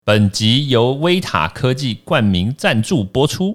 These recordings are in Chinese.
本集由威塔科技冠名赞助播出。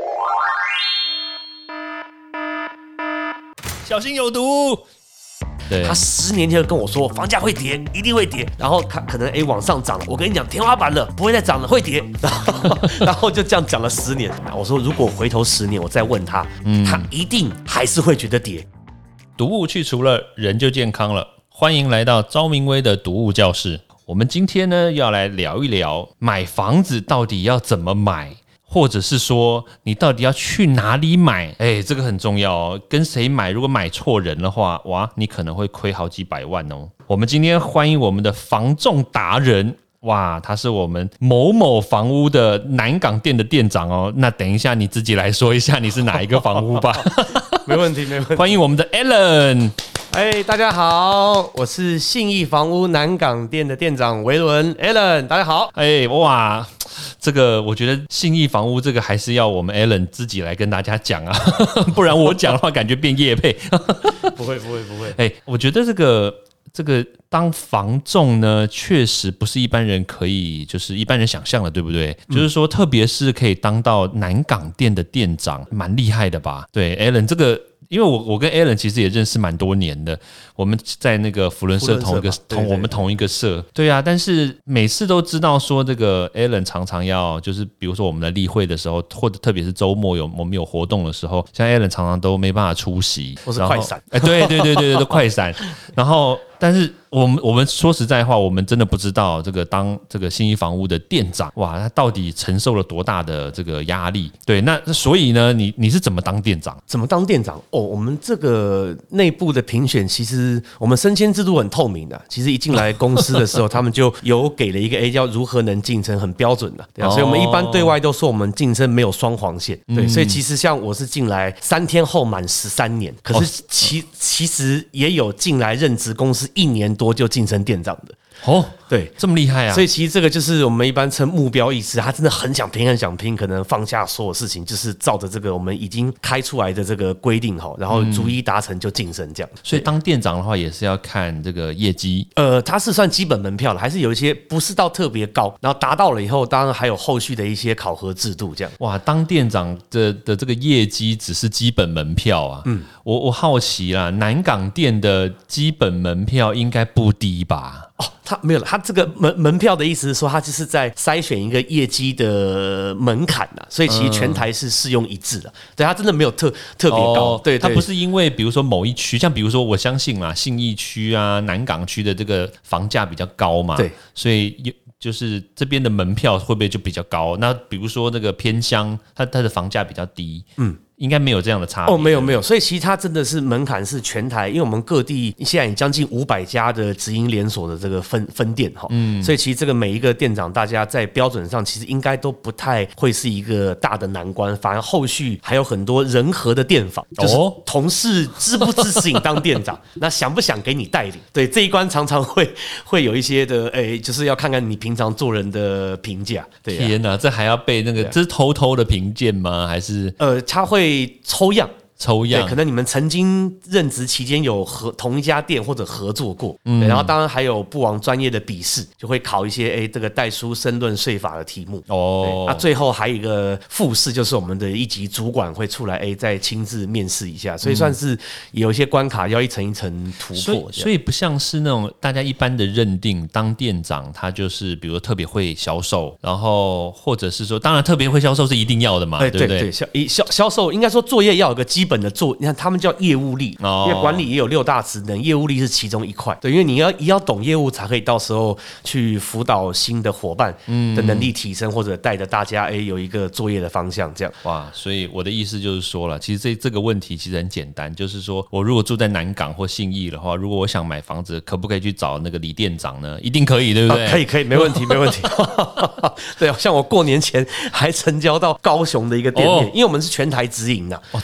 小心有毒！对， 他10年前就跟我说房价会跌，一定会跌，然后他可能往上涨了，我跟你讲天花板了，不会再涨了，会跌，然后就这样讲了10年。我说如果回头10年我再问他，他一定还是会觉得跌。 毒物去除了，人就健康了。欢迎来到昭明威的毒物教室。我们今天呢要来聊一聊买房子到底要怎么买，或者是说你到底要去哪里买？这个很重要哦。跟谁买？如果买错人的话，哇，你可能会亏好几百万哦。我们今天欢迎我们的房仲达人。哇，他是我们某某房屋的南港店的店长哦。那等一下你自己来说一下你是哪一个房屋吧。 没问题，没问题。 欢迎我们的 Alan。 大家好，我是信义房屋南港店的店长维伦 Alan， 大家好。 哇，这个我觉得信义房屋这个还是要我们 Alan 自己来跟大家讲啊，不然我讲的话感觉变业配。 不会。 我觉得这个当房仲呢，确实不是一般人可以，就是一般人想象的，对不对？就是说，特别是可以当到南港店的店长，蛮厉害的吧？对 ，Alan 这个。因为我跟 Alan 其实也认识蛮多年的，我们在那个福伦社同一个社，对啊，但是每次都知道说这个 Alan 常常要就是比如说我们的例会的时候，或者特别是周末我们有活动的时候，像 Alan 常常都没办法出席， 或是快闪， 对，都快闪，然后但是我们说实在话，我们真的不知道这个当这个信义房屋的店长，哇，他到底承受了多大的这个压力？对，那所以呢，你是怎么当店长？ 怎么当店长？我们这个内部的评选，其实我们升迁制度很透明的。其实一进来公司的时候，他们就有给了一个叫如何能晋升，很标准的。对啊，所以我们一般对外都说我们晋升没有双黄线。对，所以其实像我是进来3天后满13年，可是其实也有进来任职公司1年多就晋升店长的。对， 这么厉害啊！ 所以其实这个就是我们一般称目标意识，他真的很想拼，可能放下所有事情，就是照着这个我们已经开出来的这个规定然后逐一达成就晋升这样。 所以当店长的话也是要看这个业绩。 它是算基本门票的，还是有一些不是到特别高，然后达到了以后，当然还有后续的一些考核制度这样。 哇，当店长的这个业绩只是基本门票啊。我好奇啦，南港店的基本门票应该不低吧？ 他没有了，他这个门票的意思是说，他就是在筛选一个业绩的门槛呐，所以其实全台是适用一致的。对，他真的没有特别高。对， 他不是因为比如说某一区，像比如说我相信啦，信义区啊、南港区的这个房价比较高嘛，对，所以就是这边的门票会不会就比较高？那比如说那个偏乡，它的房价比较低，应该没有这样的差别。 没有，所以其实它真的是门槛是全台，因为我们各地现在有将近500家的直营连锁的这个分店所以其实这个每一个店长，大家在标准上其实应该都不太会是一个大的难关，反而后续还有很多人和的店访，就是同事支不支持你当店长，那想不想给你带领？对，这一关常常会有一些的，就是要看看你平常做人的评价。对， 天哪，这还要被那个，这是偷偷的评鉴吗？还是他会抽样， 对， 可能你们曾经任职期间有同一家店或者合作过，然后当然还有不枉专业的笔试，就会考一些这个代书申论税法的题目。最后还有一个复试，就是我们的一级主管会出来再亲自面试一下，所以算是有一些关卡要一层一层突破。 所以不像是那种大家一般的认定，当店长他就是比如说特别会销售，然后或者是说，当然特别会销售是一定要的嘛，对不对？ 对，销售应该说作业要有个基本的你看他们叫业务力，因为管理也有6大职能，业务力是其中一块。对，因为你要懂业务，才可以到时候去辅导新的伙伴的能力提升，或者带着大家有一个作业的方向这样。 哇，所以我的意思就是说了，其实这个问题其实很简单，就是说我如果住在南港或信义的话，如果我想买房子，可不可以去找那个李店长呢？一定可以，对不对？ 可以，没问题。对，像我过年前还成交到高雄的一个店面，因为我们是全台直营的， 真的， 所以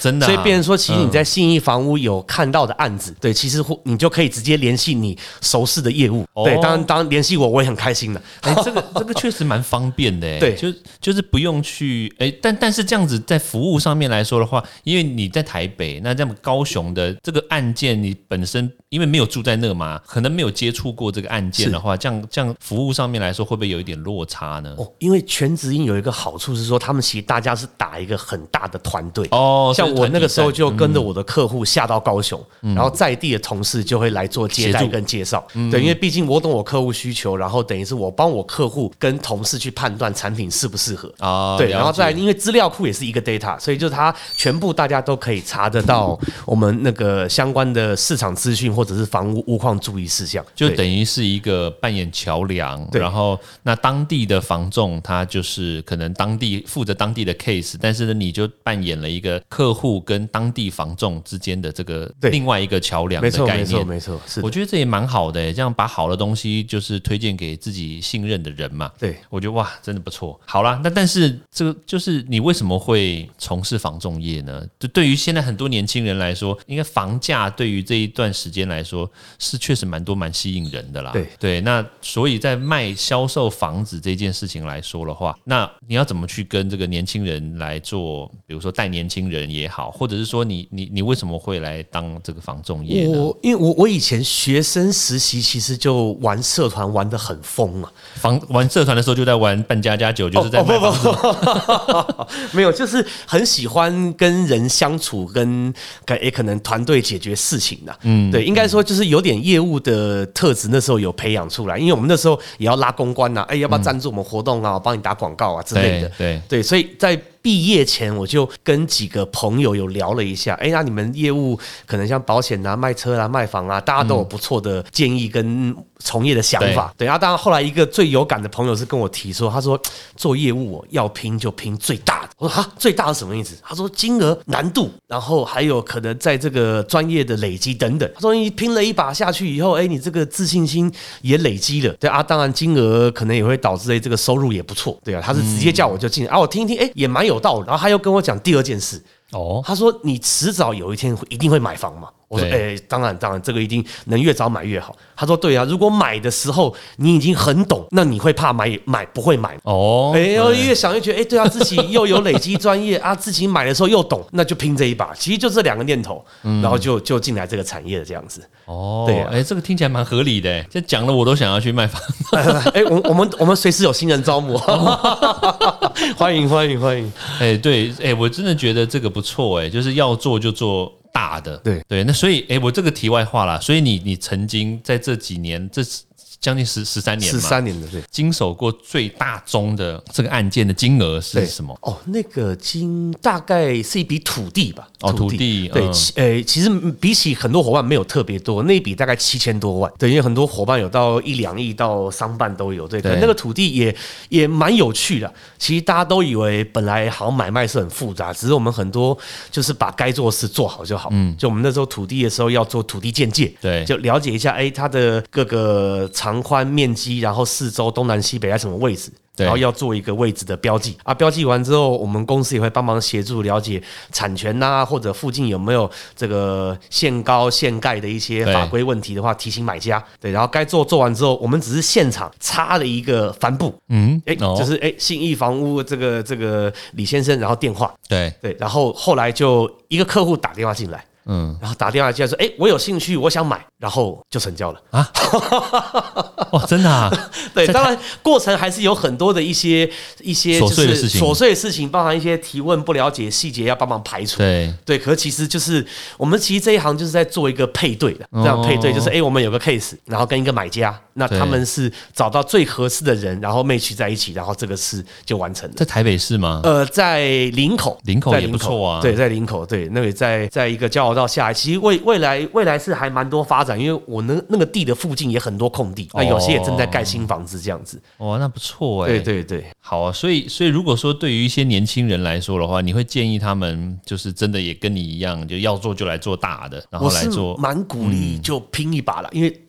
变成说，其实你在信义房屋有看到的案子，对，其实你就可以直接联系你熟识的业务，对，当然联系我也很开心的。 这个确实蛮方便的， 对， 就是不用去但是这样子在服务上面来说的话，因为你在台北，那这样高雄的这个案件，你本身因为没有住在那嘛，可能没有接触过这个案件的话，这样服务上面来说，会不会有一点落差呢？ 因为全职营有一个好处是说，他们其实大家是打一个很大的团队像我那个时候就跟着我的客户下到高雄，然后在地的同事就会来做接待跟介绍，对，因为毕竟我懂我客户需求，然后等于是我帮我客户跟同事去判断产品适不适合对，然后再来因为资料库也是一个 data， 所以就是它全部大家都可以查得到我们那个相关的市场资讯或者是房屋屋况注意事项， 就等于是一个扮演桥梁，然后那当地的房仲他就是可能负责当地的 case， 但是呢你就扮演了一个客户跟当地房仲之间的这个另外一个桥梁的概念， 没错，是。 我觉得这也蛮好的，这样把好的东西就是推荐给自己信任的人嘛。 对， 我觉得哇，真的不错。好啦，但是这个就是你为什么会从事房仲业呢？就对于现在很多年轻人来说，应该房价对于这一段时间来说是确实蛮吸引人的啦。对，那所以在销售房子这件事情来说的话，那你要怎么去跟这个年轻人来做，比如说带年轻人也好，或者是说你为什么会来当这个房仲业呢？ 因为我以前学生实习其实就玩社团玩得很疯啊， 玩社团的时候就在玩扮家家酒，就是在卖房子没有，就是很喜欢跟人相处，跟可能团队解决事情的。对，应该说就是有点业务的特质，那时候有培养出来，因为我们那时候也要拉公关啊，要不要赞助我们活动啊，帮你打广告啊之类的。对，所以在毕业前我就跟几个朋友有聊了一下，那你们业务可能像保险啊、卖车啊、卖房啊，大家都有不错的建议跟从业的想法。对，当然后来一个最有感的朋友是跟我提说，他说做业务要拼就拼最大的。我说最大的什么意思？他说金额、难度，然后还有可能在这个专业的累积等等。他说你拼了一把下去以后，你这个自信心也累积了。对当然金额可能也会导致这个收入也不错。对他是直接叫我就进我听一听，也蛮有道理。然后他又跟我讲第二件事。他说你迟早有一天一定会买房嘛？我说当然，这个一定能越早买越好。他说对啊，如果买的时候你已经很懂，那你会怕买不会买越想越觉得对啊，自己又有累积专业自己买的时候又懂，那就拼这一把。其实就这两个念头，然后就进来这个产业的这样子。 对这个听起来蛮合理的，这讲了我都想要去卖房。 我们随时有新人招募，欢迎。 对，我真的觉得这个不错，就是要做就做大的。对，那所以我这个题外话啦，所以你曾经在这几年将近13年嘛 ，13年的对， 经手过最大宗的这个案件的金额是什么？ 那个大概是一笔土地吧。 土地对，其实比起很多伙伴没有特别多，那一笔大概7000多万。对，因为很多伙伴有到1-2亿到商办都有。对，那个土地也蛮有趣的。其实大家都以为本来好像买卖是很复杂，只是我们很多就是把该做的事做好就好。就我们那时候土地的时候要做土地鉴界， 对， 就了解一下它的各个长宽面积，然后四周东南西北在什么位置。然后要做一个位置的标记标记完之后，我们公司也会帮忙协助了解产权或者附近有没有这个限高限盖的一些法规问题的话，提醒买家。对，然后该做完之后，我们只是现场插了一个帆布，就是信义房屋这个李先生，然后电话， 对， 然后后来就一个客户打电话进来。然后打电话进来说，我有兴趣，我想买，然后就成交了真的啊？ 对，当然过程还是有很多的一些就是琐碎的事情，包含一些提问不了解细节要帮忙排除。对，可是其实就是我们其实这一行就是在做一个配对的，这样配对就是我们有个 case， 然后跟一个买家，那他们是找到最合适的人，然后 match 在一起，然后这个事就完成了。 在台北市吗？ 在林口也不错啊。 对，在林口，对，那个在一个交流道下来，其实未来是还蛮多发展，因为我那个地的附近也很多空地，那有些也正在盖新房子这样子。 那不错对， 好啊。所以如果说对于一些年轻人来说的话，你会建议他们就是真的也跟你一样，就要做就来做大的，然后来做。 我是蛮鼓励就拼一把了，因为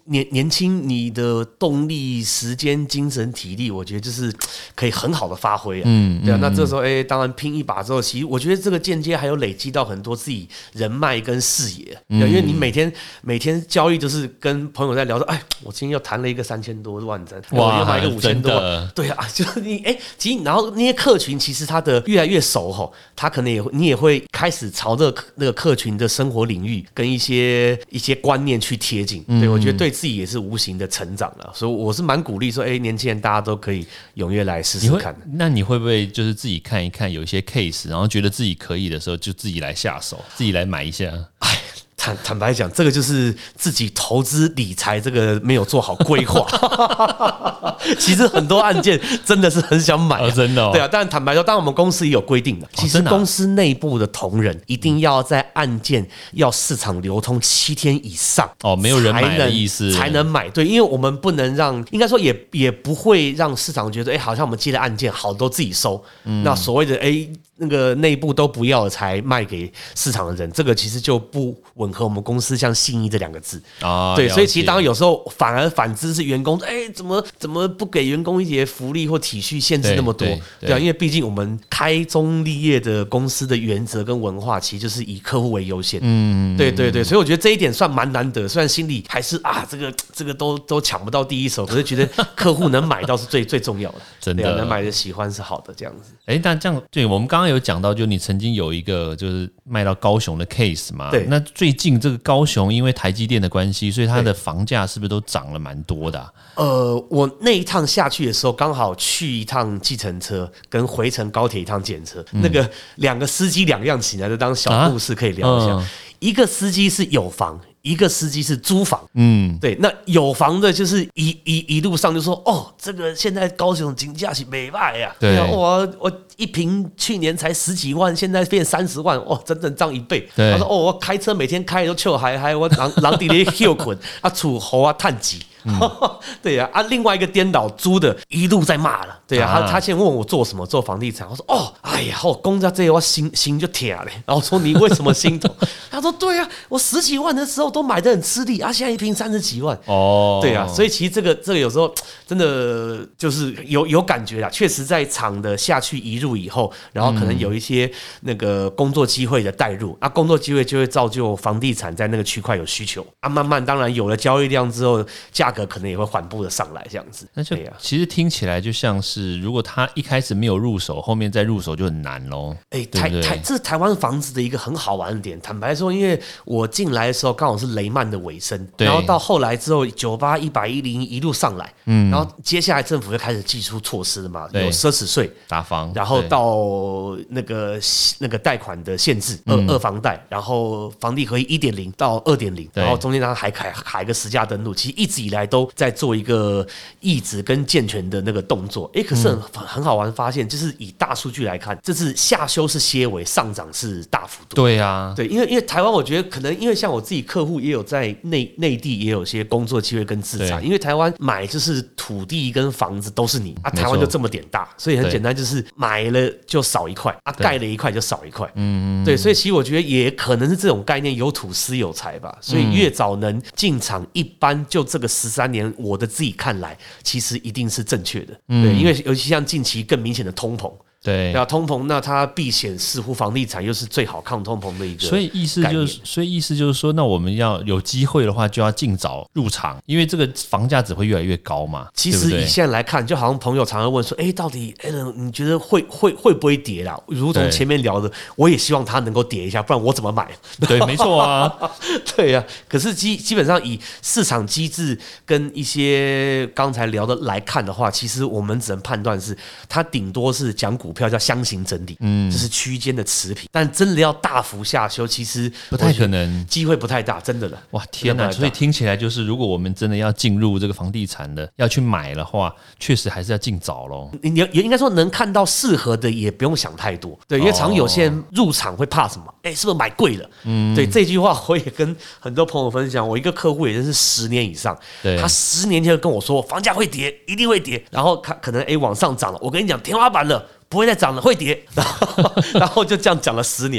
年轻，你的动力、时间、精神、体力，我觉得就是可以很好的发挥啊。对啊，那这时候当然拼一把之后，其实我觉得这个间接还有累积到很多自己人脉跟视野。因为你每天交易就是跟朋友在聊说，哎，我今天又谈了一个3000多万张，我又买一个5000多万，对啊，就是你其实然后那些客群其实他的越来越熟吼，他可能你也会开始朝着那个客群的生活领域跟一些观念去贴近。对，我觉得对自己也是无形的成长了，所以我是蛮鼓励说，年轻人大家都可以踊跃来试试看。 那你会不会就是自己看一看有一些 case， 然后觉得自己可以的时候，就自己来下手，自己来买一下？ 哎。坦白讲，这个就是自己投资理财这个没有做好规划。其实很多案件真的是很想买， 真的。 对啊，但坦白说，当然我们公司也有规定的，其实公司内部的同仁一定要在案件要市场流通7天以上没有人买的意思才能买。对，因为我们不能让，应该说也不会让市场觉得，好像我们接的案件好多自己收，那所谓的那个内部都不要了才卖给市场的人，这个其实就不吻合我们公司像信义这2个字啊。对，所以其实当然有时候反之是员工，怎么不给员工一些福利或体恤限制那么多？对啊，因为毕竟我们开宗立业的公司的原则跟文化，其实就是以客户为优先。对，所以我觉得这一点算蛮难得，虽然心里还是这个都抢不到第一手，可是觉得客户能买到是最重要的。 真的， 能买的喜欢是好的，这样子。 但这样对我们刚刚有讲到，就你曾经有一个就是卖到高雄的 case 嘛？ 对。 那最近这个高雄因为台积电的关系，所以它的房价是不是都涨了蛮多的啊？ 我那一趟下去的时候，刚好去一趟计程车，跟回程高铁一趟检车，那个2个司机2样起来的当小故事可以聊一下。一个司机是有房，一个司机是租房。对，那有房的就是一路上就说，这个现在高雄金价是没卖呀。对啊，我一坪去年才10几万，现在变30万，哇，整整涨1倍。他说，我开车每天开都笑嗨，我人地咧休困，厝户探钱。对呀，另外一个颠倒租的一路在骂了。对呀，他先问我做什么，做房地产。我说哎呀，我公家这我心就痛了。然后说你为什么心痛？他说对呀，我10几万的时候都买得很吃力现在一坪30几万。对呀，所以其实这个有时候真的就是有感觉啦。确实在厂的下去移入以后，然后可能有一些那个工作机会的带入，工作机会就会造就房地产在那个区块有需求慢慢当然有了交易量之后，价格可能也会缓步的上来，这样子。 那就其实听起来就像是，如果他一开始没有入手，后面再入手就很难咯。 这是台湾房子的一个很好玩的点。坦白说，因为我进来的时候刚好是雷曼的尾声，然后到后来之后98、110一路上来，然后接下来政府就开始祭出措施了嘛，有奢侈税打房， 然后到那个贷款的限制，二房贷，然后房地合一 1.0 到 2.0， 然后中间还改个实价登录，其实一直以来都在做一个抑制跟健全的那个动作。可是很好玩，发现就是以大数据来看，这次下修是些微，上涨是大幅度。 对啊， 对，因为台湾我觉得可能因为像我自己客户也有在内地也有些工作机会跟资产，因为台湾买就是土地跟房子都是你台湾就这么点大，所以很简单，就是买了就少一块盖了一块就少一块。对，所以其实我觉得也可能是这种概念，有土斯有财吧。所以越早能进场，一般就这个13年，我的自己看来，其实一定是正确的。对，因为尤其像近期更明显的通膨。对啊，通膨，那它避险似乎房地产又是最好抗通膨的一个， 所以意思就是说，那我们要有机会的话，就要尽早入场，因为这个房价只会越来越高嘛。 其实以现在来看，就好像朋友常常问说，到底 Alan 你觉得会不会跌啦？如同前面聊的，我也希望它能够跌一下，不然我怎么买？ 对，没错啊， 对呀。可是基本上以市场机制跟一些刚才聊的来看的话，其实我们只能判断是它顶多是讲股票叫箱型整理，就是区间的持平，但真的要大幅下修，其实不太可能， 机会不太大，真的了。 哇，天哪！所以听起来就是，如果我们真的要进入这个房地产的，要去买的话，确实还是要尽早咯。 你也应该说能看到适合的，也不用想太多。对，因为常有些人入场会怕什么？是不是买贵了？对，这句话我也跟很多朋友分享。我一个客户也认识10年以上，他10年前就跟我说，房价会跌，一定会跌，然后可能往上涨了。我跟你讲，天花板了。不会再涨了，会跌，然后就这样讲了10年。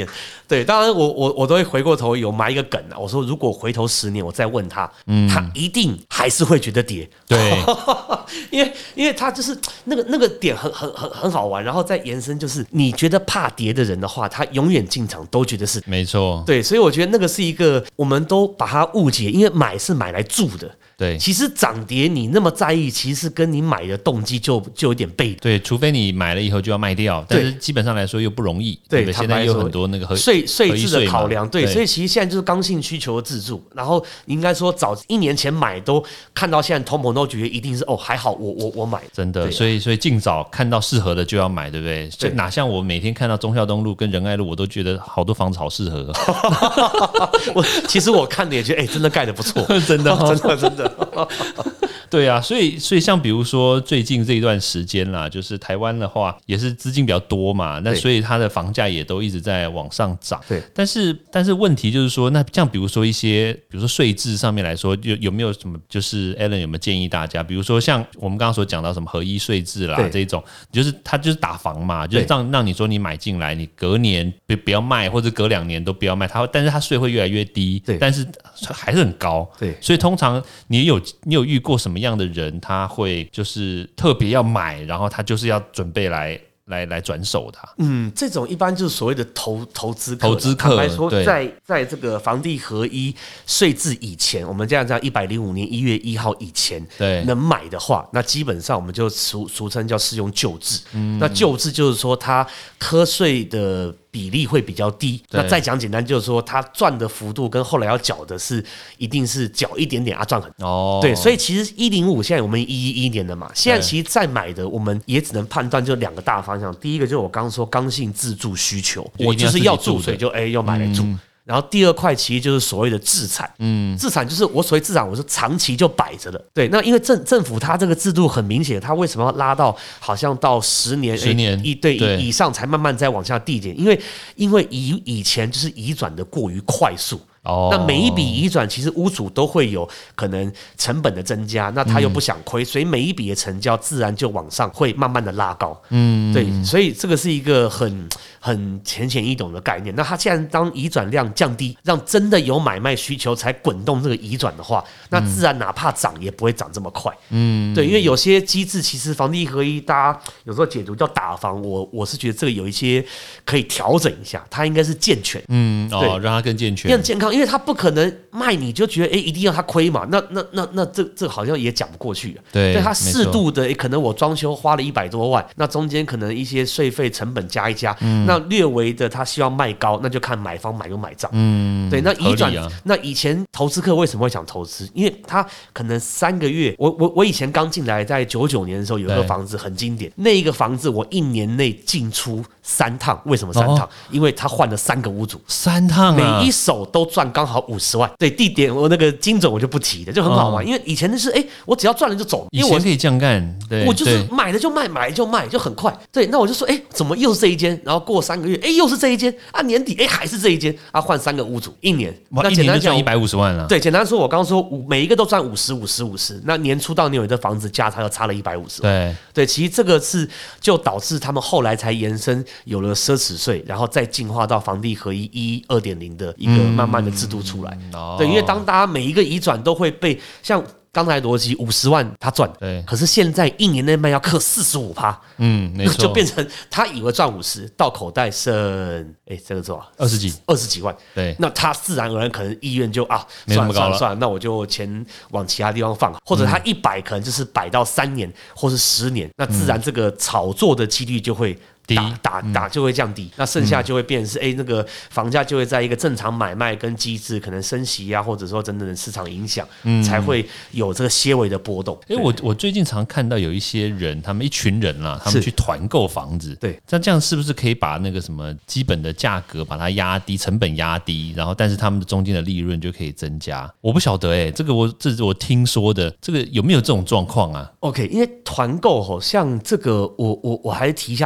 对，当然我都会回过头有埋一个梗啊，我说如果回头10年我再问他，他一定还是会觉得跌。 对， 因为他就是那个点很好玩，然后再延伸就是你觉得怕跌的人的话，他永远进场都觉得是没错， 对，所以我觉得那个是一个我们都把它误解，因为买是买来住的。 对， 其实涨跌你那么在意，其实跟你买的动机就有点背离。 对，除非你买了以后就要卖掉，但是基本上来说又不容易。对，现在有很多那个税制的考量。对，所以其实现在就是刚性需求的自住。然后你应该说早1年前买都看到现在通膨都觉得一定是还好我买真的，所以尽早看到适合的就要买，对不对？就哪像我每天看到忠孝东路跟仁爱路，我都觉得好多房子好适合。 其实我看的也觉得真的盖得不错， 真的真的。 对啊，所以像比如说最近这一段时间啦，就是台湾的话也是资金比较多嘛，那所以它的房价也都一直在往上涨。 对， 但是问题就是说，那像比如说比如说税制上面来说，有没有什么就是 Alan 有没有建议大家，比如说像我们刚刚所讲到什么合一税制啦这种，就是它就是打房嘛，就是让你说你买进来，你隔年不要卖，或者隔2年都不要卖，但是它税会越来越低，但是还是很高。 对， 所以通常你有遇过什么样的人，他会就是特别要买，然后他就是要准备来转手的这种一般就是所谓的投资客。 坦白说，在这个房地合一税制以前，我们这样105年1月1号以前，能买的话，那基本上我们就俗称叫适用旧制。那旧制就是说，它课税的比例会比较低。那再讲简单，就是说他赚的幅度跟后来要缴的是一定是缴一点点赚很多。对，所以其实105现在我们111年的嘛，现在其实再买的我们也只能判断就2个大方向。第一个就是我刚刚说刚性自住需求，我就是要住，所以就要买来住。然后第二块其实就是所谓的置产，置产就是我所谓置产，我是长期就摆着的。对，那因为政府它这个制度很明显，它为什么要拉到好像到10年以上才慢慢再往下递减？因为以前就是移转的过于快速。那每一笔移转，其实屋主都会有可能成本的增加，那他又不想亏，所以每一笔的成交自然就往上会慢慢的拉高。对，所以这个是一个很浅显易懂的概念。那他现在当移转量降低，让真的有买卖需求才滚动这个移转的话，那自然哪怕涨也不会涨这么快。对，因为有些机制其实房地合一，大家有时候解读叫打房，我是觉得这个有一些可以调整一下，它应该是健全。对， 让它更健全、 更健康。因为他不可能卖你就觉得一定要他亏嘛，那这好像也讲不过去。对，他适度的可能我装修花了100多万，那中间可能一些税费成本加一加，那略微的他希望卖高，那就看买方买不买账。对，那移转，那以前投资客为什么会想投资？因为他可能3个月，我以前刚进来，在99年的时候有一个房子很经典，那一个房子我1年内进出3趟，为什么3趟？因为他换了3个屋主 ，3趟啊， 每一手都赚刚好50万。对，地点我那个精准我就不提了，就很好玩。因为以前的是我只要赚了就走， 因为我可以这样干，对， 我就是买了就卖，买了就卖，就很快。对，那我就说怎么又是这一间？然后过3个月，又是这一间啊，年底还是这一间啊，换3个屋主，1年， 那简单讲150万了。 对，简单说，我刚刚说每一个都赚50，那年初到年尾的房子价差又差了150万。对，其实这个是就导致他们后来才延伸有了奢侈税，然后再进化到房地合一2.0的一个慢慢的制度出来。对，因为当大家每一个移转都会被像刚才逻辑50万他赚，对，可是现在1年内卖要克45%， 没错， 就变成他以为赚50，到口袋剩这个多少20几万，对，那他自然而然可能意愿就算了，那我就钱往其他地方放，或者他100可能就是摆到3年或是10年，那自然这个炒作的几率就会打就会降低，那剩下就会变成是那个房价就会在一个正常买卖跟机制可能升息啊，或者说真正的市场影响，才会有这个些微的波动。 我最近常看到有一些人，他们一群人啦，他们去团购房子， 对， 那这样是不是可以把那个什么基本的价格把它压低，成本压低，然后但是他们的中间的利润就可以增加？我不晓得这是我听说的，这个有没有这种状况啊 ？OK， 因为团购像这个我还是提一下，它应该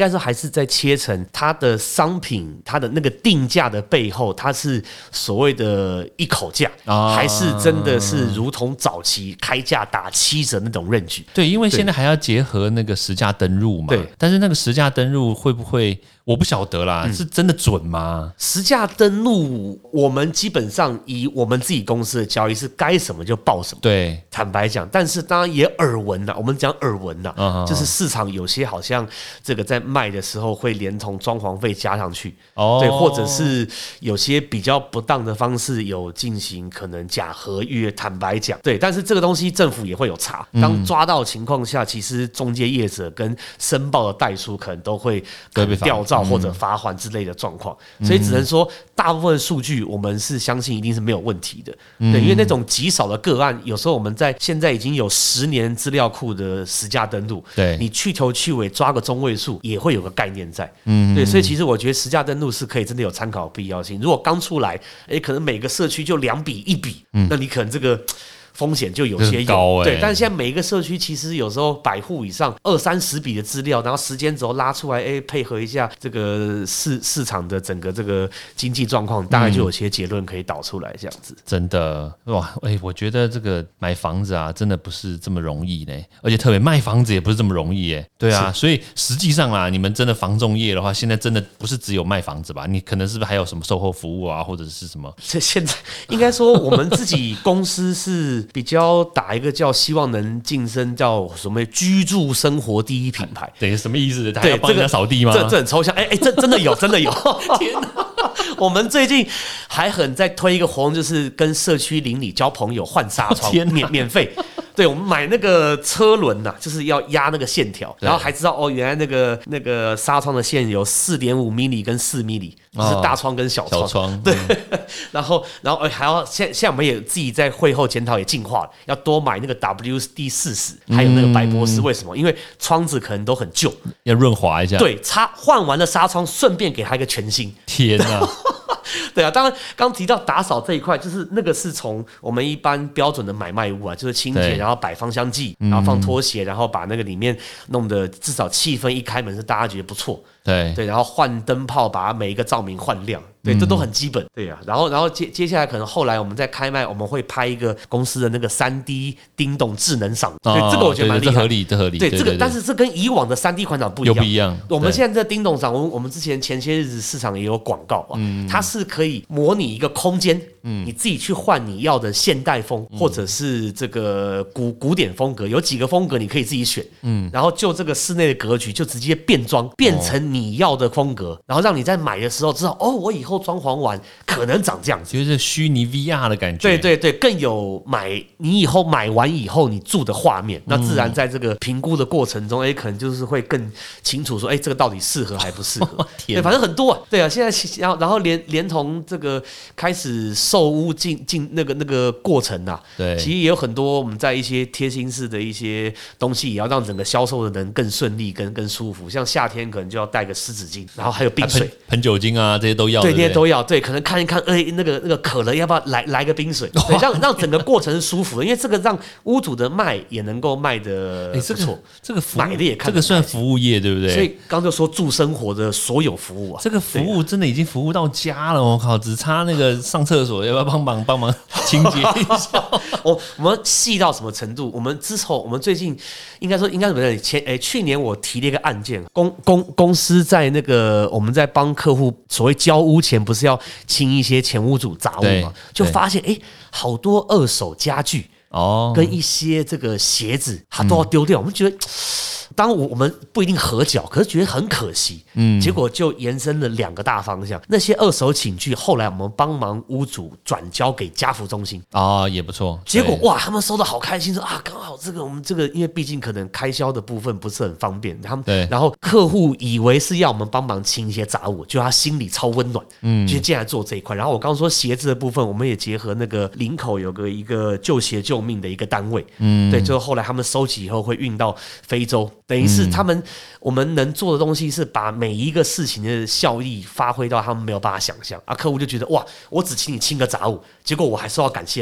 该说还是在切成它的商品，它的那个定价的背后，它是所谓的一口价，还是真的是如同早期开价打7折那种range？ 对，因为现在还要结合那个实价登录嘛。 对， 但是那个实价登录会不会？我不晓得啦，是真的准吗？ 实价登录，我们基本上以我们自己公司的交易是该什么就报什么。 对， 坦白讲，但是当然也耳闻啦，我们讲耳闻啦，就是市场有些好像这个在卖的时候会连同装潢费加上去，对，或者是有些比较不当的方式有进行可能假合约。坦白讲，对，但是这个东西政府也会有查，当抓到情况下，其实中介业者跟申报的代书可能都会调查。或者罚款之类的状况，所以只能说大部分数据我们是相信一定是没有问题的，对，因为那种极少的个案，有时候我们在现在已经有10年资料库的实价登录， 对， 你去头去尾抓个中位数也会有个概念在，对，所以其实我觉得实价登录是可以真的有参考必要性。如果刚出来，可能每个社区就2比1比，那你可能这个风险就有些高， 对，但是现在每一个社区其实有时候100户以上20-30笔的资料，然后时间轴拉出来，配合一下这个市场的整个这个经济状况，大概就有些结论可以导出来，这样子。 真的哇，我觉得这个买房子啊，真的不是这么容易呢，而且特别卖房子也不是这么容易耶。对啊，所以实际上啦，你们真的房仲业的话，现在真的不是只有卖房子吧？你可能是不是还有什么售后服务啊，或者是什么？ 现在应该说我们自己公司是比较打一个叫希望能晋升叫什么居住生活第一品牌， 等于什么意思？他要帮人家扫地吗？ 这很抽象，这真的有，真的有。 天哪！ 我们最近还很在推一个活动，就是跟社区邻里交朋友换纱窗，免费。对，我们买那个车轮呐，就是要压那个线条，然后还知道原来那个纱窗的线有4.5 mm 跟4 mm，就是大窗跟小窗。对，然后还要现在我们也自己在会后检讨也进化了，要多买那个 WD-40，还有那个白博士。为什么？因为窗子可能都很旧， 要润滑一下。 对，换完了纱窗，顺便给它一个全新。 天哪！ 对啊，当然刚提到打扫这一块，就是那个是从我们一般标准的买卖屋啊，就是清洁，然后摆芳香剂，然后放拖鞋，然后把那个里面弄得至少气氛一开门是大家觉得不错。对，然后换灯泡，把每一个照明换亮，对，这都很基本。对啊，然后接下来可能后来我们在开卖，我们会拍一个公司的那个3D 叮咚智能赏，对，这个我觉得蛮厉害， 这合理。 对，这个但是这跟以往的3D 款赏不一样。我们现在这叮咚赏，我们之前前些日子市场也有广告啊，它是可以模拟一个空间，你自己去换你要的现代风，或者是这个古典风格，有几个风格你可以自己选，然后就这个室内的格局就直接变装，变成你要的风格，然后让你在买的时候知道，我以后装潢完可能长这样子， 就是虚拟 VR 的感觉。 对，更有你以后买完以后你住的画面，那自然在这个评估的过程中，可能就是会更清楚说，这个到底适合还不适合。对，反正很多啊。对啊，现在然后连同这个开始售屋进那个过程啊，对，其实也有很多我们在一些贴心式的一些东西，也要让整个销售的人更顺利、更舒服。像夏天可能就要带个湿纸巾，然后还有冰水、 喷酒精啊，这些都要。 对，这些都要。对，可能看一看，那个渴了，要不要来个冰水？对，让整个过程是舒服的，因为这个让屋主的卖也能够卖的不错。 这个服务买的也看， 这个算服务业对不对？ 所以刚就说住生活的所有服务啊， 这个服务真的已经服务到家了。我靠，只差那个上厕所，要不要帮忙清洁一下？ 我们细到什么程度？我们最近应该怎么样？去年我提了一个案件，公司在那个我们在帮客户所谓交屋前，不是要清一些前屋主杂物嘛？就发现好多二手家具跟一些这个鞋子，它都要丢掉。我们觉得。当然我们不一定合脚，可是觉得很可惜。结果就延伸了2个大方向。那些二手寝具，后来我们帮忙屋主转交给家福中心也不错。 结果哇，他们收的好开心，说刚好我们这个，因为毕竟可能开销的部分不是很方便，然后客户以为是要我们帮忙清一些杂物，就他心里超温暖，就进来做这一块。然后我刚刚说鞋子的部分，我们也结合那个林口有一个救鞋救命的一个单位，对，就后来他们收集以后会运到非洲。等于是我们能做的东西是把每一个事情的效益发挥到他们没有办法想象啊！客户就觉得哇，我只请你清个杂物，结果我还收到感谢函，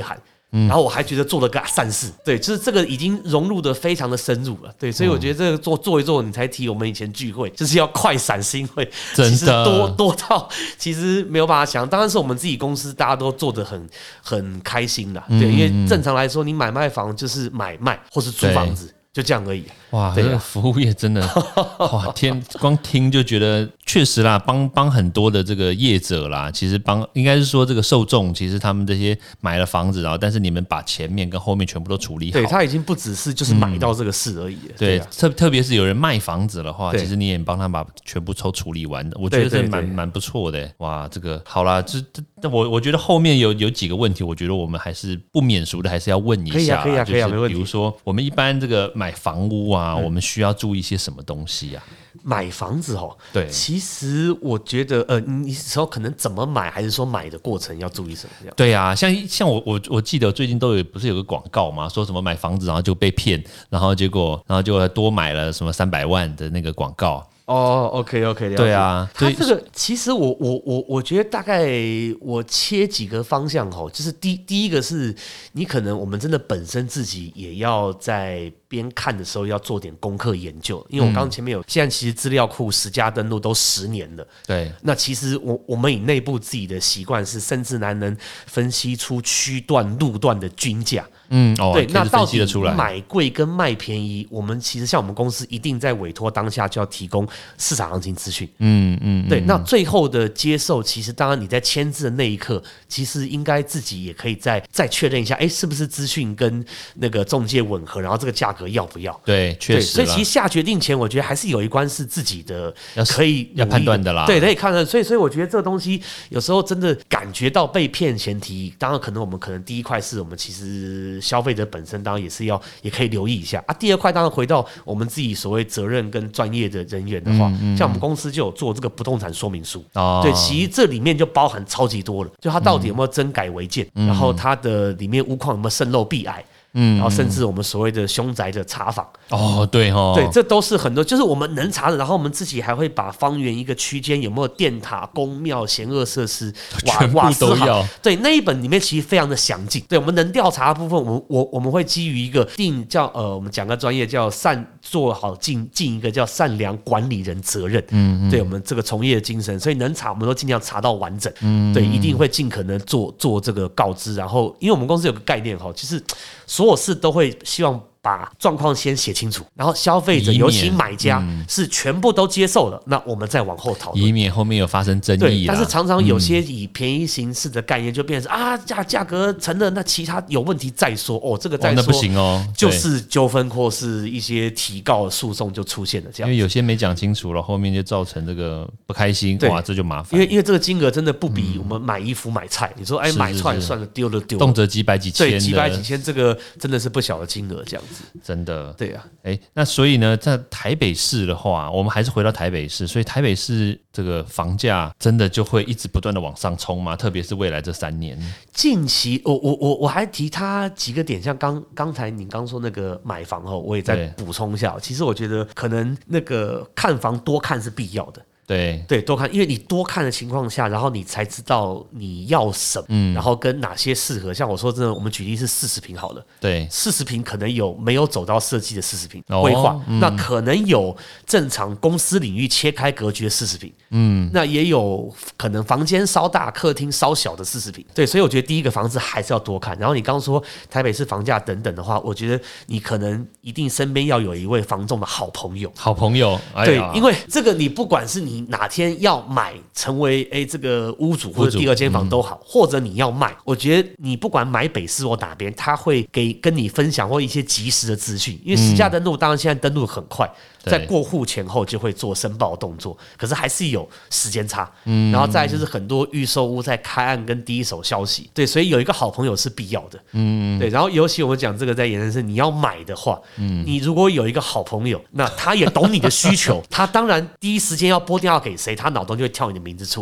然后我还觉得做了个善事，对，就是这个已经融入的非常的深入了，对，所以我觉得这个做一做，你才提我们以前聚会就是要快闪，是因为其实多到其实没有办法想，当然是我们自己公司大家都做得很开心啦，对，因为正常来说你买卖房就是买卖或是租房子。就这样而已。 哇，这个服务业真的，哇光听就觉得确实啦，帮很多的这个业者啦，其实应该是说这个受众，其实他们这些买了房子，然后但是你们把前面跟后面全部都处理好， 对，他已经不只是就是买到这个事而已。 对，特别是有人卖房子的话，其实你也帮他把全部都处理完的，我觉得这蛮不错的。哇，这个好啦，我觉得后面有几个问题，我觉得我们还是不免俗的，还是要问一下。 可以啊，没问题。 比如说我们一般这个买房屋啊，我们需要注意一些什么东西啊？ 买房子对， 其实我觉得你说可能怎么买，还是说买的过程要注意什么？ 对啊，像我记得最近不是有个广告嘛，说什么买房子然后就被骗，然后就多买了什么300万的那个广告。 哦 ，OK， 了解。 对啊， 他这个其实我觉得大概我切几个方向就是第一个是你可能我们真的本身自己也要在边看的时候要做点功课研究，因为我刚刚前面现在其实资料库实价登录都10年了， 对， 那其实我们以内部自己的习惯是，甚至能分析出区段路段的均价。对，那到底买贵跟卖便宜，我们其实像我们公司一定在委托当下就要提供市场行情资讯。对，那最后的接受，其实当然你在签字的那一刻，其实应该自己也可以再确认一下，是不是资讯跟那个中介吻合，然后这个价格要不要？ 对，确实。 所以其实下决定前，我觉得还是有一关是自己的可以要判断的啦。 对，可以看的。所以我觉得这个东西有时候真的感觉到被骗前提，当然我们可能第一块是我们其实消费者本身当然也可以留意一下啊。第二块当然回到我们自己所谓责任跟专业的人员的话，像我们公司就有做这个不动产说明书。对，其实这里面就包含超级多了，就它到底有没有增改违建，然后它的里面屋况有没有渗漏壁癌。然后甚至我们所谓的凶宅的查访， 对， 这都是很多，就是我们能查的。然后我们自己还会把方圆一个区间有没有电塔、公庙、险恶设施、瓦斯行，对，那一本里面其实非常的详尽。对，我们能调查的部分，我们会基于一个叫我们讲个专业叫做好尽一个叫善良管理人责任。对我们这个从业的精神，所以能查我们都尽量查到完整。对，一定会尽可能做这个告知。然后，因为我们公司有个概念就是所有事都会希望把状况先写清楚，然后消费者尤其买家是全部都接受了，那我们再往后讨论， 以免后面有发生争议。 但是常常有些以便宜行事的概念就变成价格成了，那其他有问题再说这个再说那不行就是纠纷或是一些提告诉讼就出现了这样。 因为有些没讲清楚了，后面就造成这个不开心，哇，这就麻烦。 因为这个金额真的不比我们买衣服买菜，你说买菜算了丢了， 动辄几百几千， 对，几百几千，这个真的是不小的金额这样子。 真的， 对啊， 那所以呢，在台北市的话，我们还是回到台北市，所以台北市这个房价真的就会一直不断的往上冲吗？特别是未来这3年， 近期我还提他几个点，像刚才你刚说那个买房我也再补充一下。其实我觉得可能那个看房多看是必要的。对，多看，因为你多看的情况下，然后你才知道你要什么，然后跟哪些适合。像我说真的，我们举例是40坪好了， 对 ，40坪可能没有走到设计的40坪规划，那可能有正常公司领域切开格局的40坪，那也有可能房间稍大、客厅稍小的40坪。对，所以我觉得第一个房子还是要多看。然后你刚刚说台北市房价等等的话，我觉得你可能一定身边要有一位房仲的好朋友，对，因为这个你不管是你哪天要买成为这个屋主或者第2间房都好，或者你要卖，我觉得你不管买北市或哪边，他会跟你分享或一些及时的资讯，因为实价登录当然现在登录很快，在过户前后就会做申报动作，可是还是有时间差。然后再来就是很多预售屋在开案跟第一手消息，对，所以有一个好朋友是必要的。对，然后尤其我们讲这个在延伸是你要买的话，你如果有一个好朋友，那他也懂你的需求，他当然第一时间要拨电话给谁，他脑中就会跳你的名字出来。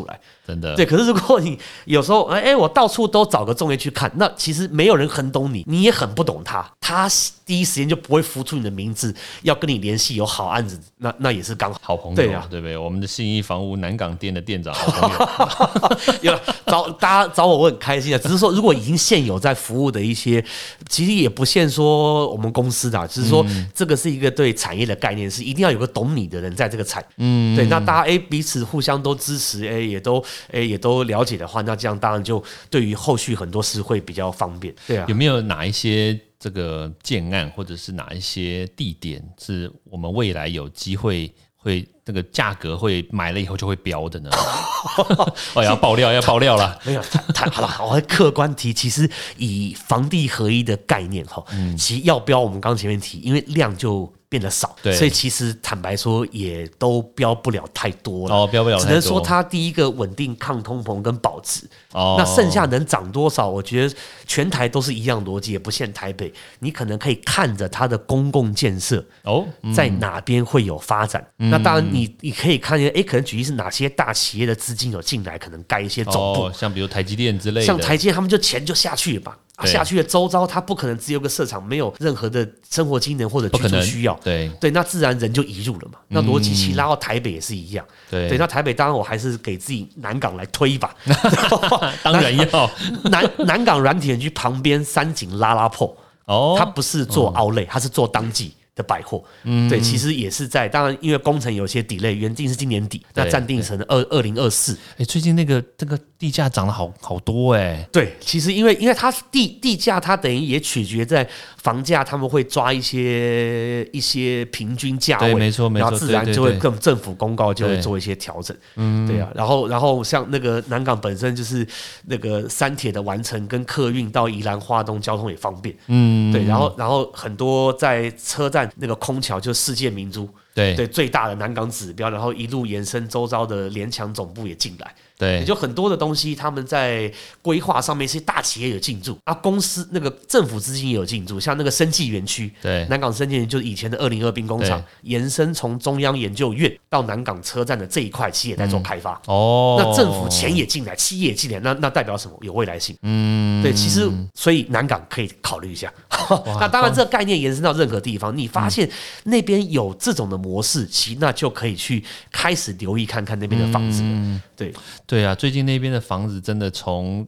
真的。 对，可是如果你有时候我到处都找个中介去看，那其实没有人很懂你，你也很不懂他，他第一时间就不会浮出你的名字，要跟你联系有好案子，那也是刚好好朋友， 对啊， 对不对？我们的信义房屋南港店的店长好朋友， 有大家找我很开心的，只是说如果已经现有在服务的一些，其实也不限说我们公司的，只是说这个是一个对产业的概念，是一定要有个懂你的人在这个产，对，那大家彼此互相都支持，也都了解的话，那这样当然就对于后续很多事会比较方便，对啊。 有没有哪一些这个建案，或者是哪一些地点，是我们未来有机会会那个价格会买了以后就会飙的呢？要爆料了。 没有，好了，我会客观提，其实以房地合一的概念其实要标我们刚前面提，因为量就变得少，所以其实坦白说也都标不了太多了， 标不了太多， 只能说它第一个稳定抗通膨跟保值，那剩下能涨多少，我觉得全台都是一样逻辑，也不限台北，你可能可以看着它的公共建设在哪边会有发展，那当然你可以看见，可能举例是哪些大企业的资金有进来，可能盖一些总部， 像比如台积电之类的， 像台积电他们就钱就下去了吧。下去的周遭，它不可能只有个设厂，没有任何的生活机能或者居住需要。对，那自然人就移入了嘛。那逻辑其实拉到台北也是一样。对，那台北当然我还是给自己南港来推一把。 当然要南港软体园区旁边三井拉拉铺，它不是做outlet，它是做当季的百货，对，其实也是在，当然因为工程有些 delay， 原定是今年底，那暂定成2024。 最近这个地价涨了好多对，其实因为它地价，它等于也取决在房价，他们会抓一些平均价位， 没错， 然后自然就会跟政府公告就会做一些调整，对啊，然后像那个南港本身就是那个三铁的完成跟客运到宜兰花东交通也方便，对，然后很多在车站那个空桥就世界明珠，对最大的南港指标，然后一路延伸周遭的联强总部也进来。对，也就很多的东西，他们在规划上面，是大企业有进驻啊，公司那个政府资金也有进驻，像那个生技园区，对，南港生技园就是以前的202兵工厂，延伸从中央研究院到南港车站的这一块，其实也在做开发。那政府钱也进来，企业也进来，那代表什么？有未来性。对，其实所以南港可以考虑一下。那当然，这个概念延伸到任何地方，你发现那边有这种的模式，其实那就可以去开始留意看看那边的房子了。 对啊，最近那边的房子真的从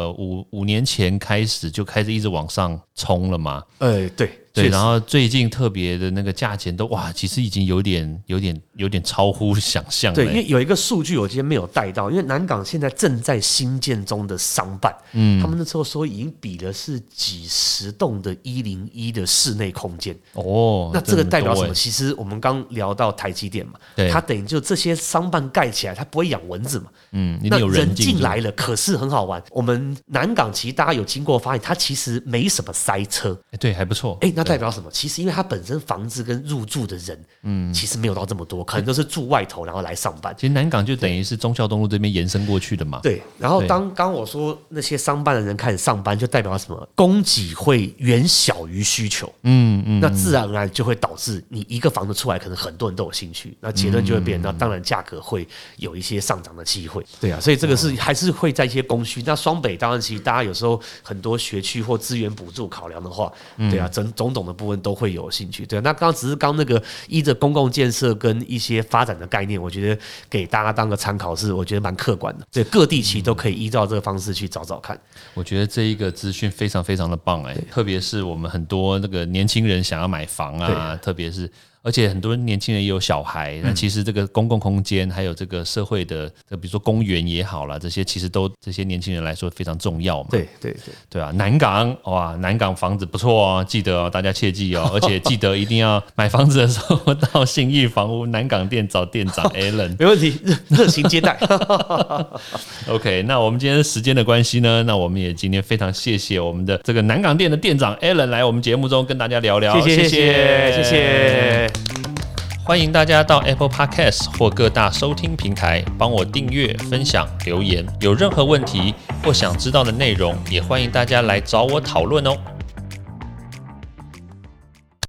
5年前开始就开始一直往上冲了嘛。对，然后最近特别的那个价钱都其实已经有点超乎想象了。 对，因为有一个数据我今天没有带到，因为南港现在正在新建中的商办，他们那时候说已经比的是几十栋的101的室内空间。那这个代表什么？其实我们刚聊到台积电嘛，它等于就这些商办盖起来，它不会养蚊子嘛。那人进来了，可是很好玩。我们南港其实大家有经过发现，它其实没什么塞车。 对，还不错。 那代表什么？其实因为它本身房子跟入住的人，其实没有到这么多，可能都是住外头然后来上班。 其实南港就等于是忠孝东路这边延伸过去的嘛。 对，然后刚我说那些商办的人开始上班，就代表什么？供给会远小于需求。那自然而然就会导致你一个房子出来，可能很多人都有兴趣，那结论就会变，那当然价格会有一些上涨的机会。对啊，所以这个是还是会在一些供需。那双北当然其实大家有时候很多学区或资源补助考量的话，对啊，种种的部分都会有兴趣。对啊，那只是那个依着公共建设跟一些发展的概念，我觉得给大家当个参考是我觉得蛮客观的。对，各地其实都可以依照这个方式去找找看。 我觉得这一个资讯非常非常的棒特别是我们很多那个年轻人想要买房啊，特别是。而且很多年轻人也有小孩，那其实这个公共空间还有这个社会的，比如说公园也好啦，这些其实都这些年轻人来说非常重要嘛。对啊，南港南港房子不错哦，记得哦，大家切记哦，而且记得一定要买房子的时候到信义房屋南港店找店长 Alan， 没问题，热情接待。 OK， 那我们今天时间的关系呢，那我们也今天非常谢谢我们的这个南港店的店长 Alan 来我们节目中跟大家聊聊， 谢谢。 欢迎大家到 Apple Podcast 或各大收听平台帮我订阅、分享、留言。有任何问题或想知道的内容，也欢迎大家来找我讨论哦。